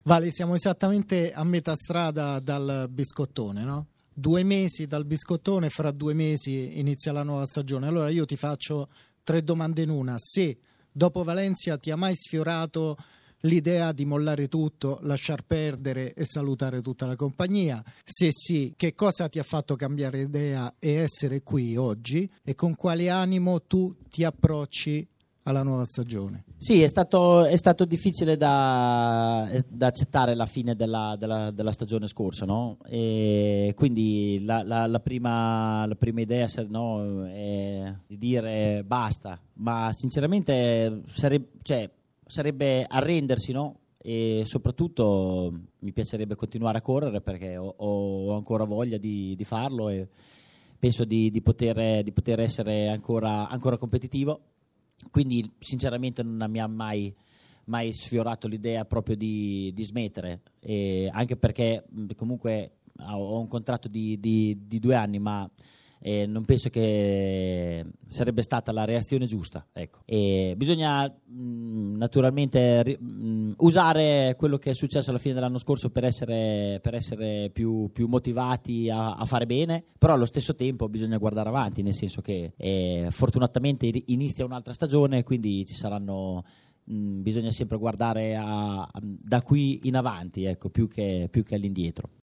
Vale, siamo esattamente a metà strada dal biscottone, no? 2 mesi dal biscottone, fra 2 mesi inizia la nuova stagione. Allora io ti faccio 3 domande in una. Se dopo Valencia ti ha mai sfiorato l'idea di mollare tutto, lasciar perdere e salutare tutta la compagnia? Se sì, che cosa ti ha fatto cambiare idea e essere qui oggi? E con quale animo tu ti approcci alla nuova stagione? Sì, è stato difficile da accettare la fine della stagione scorsa, no? E quindi la prima idea, no, è di dire basta, ma sinceramente sarebbe arrendersi, no? E soprattutto mi piacerebbe continuare a correre perché ho ancora voglia di farlo e penso di poter essere ancora competitivo. Quindi sinceramente non mi ha mai sfiorato l'idea proprio di smettere, e anche perché comunque ho un contratto di 2 anni, ma non penso che sarebbe stata la reazione giusta, ecco. E bisogna naturalmente usare quello che è successo alla fine dell'anno scorso per essere più motivati a fare bene, però allo stesso tempo bisogna guardare avanti, nel senso che fortunatamente inizia un'altra stagione, quindi ci saranno bisogna sempre guardare da qui in avanti, ecco, più che all'indietro.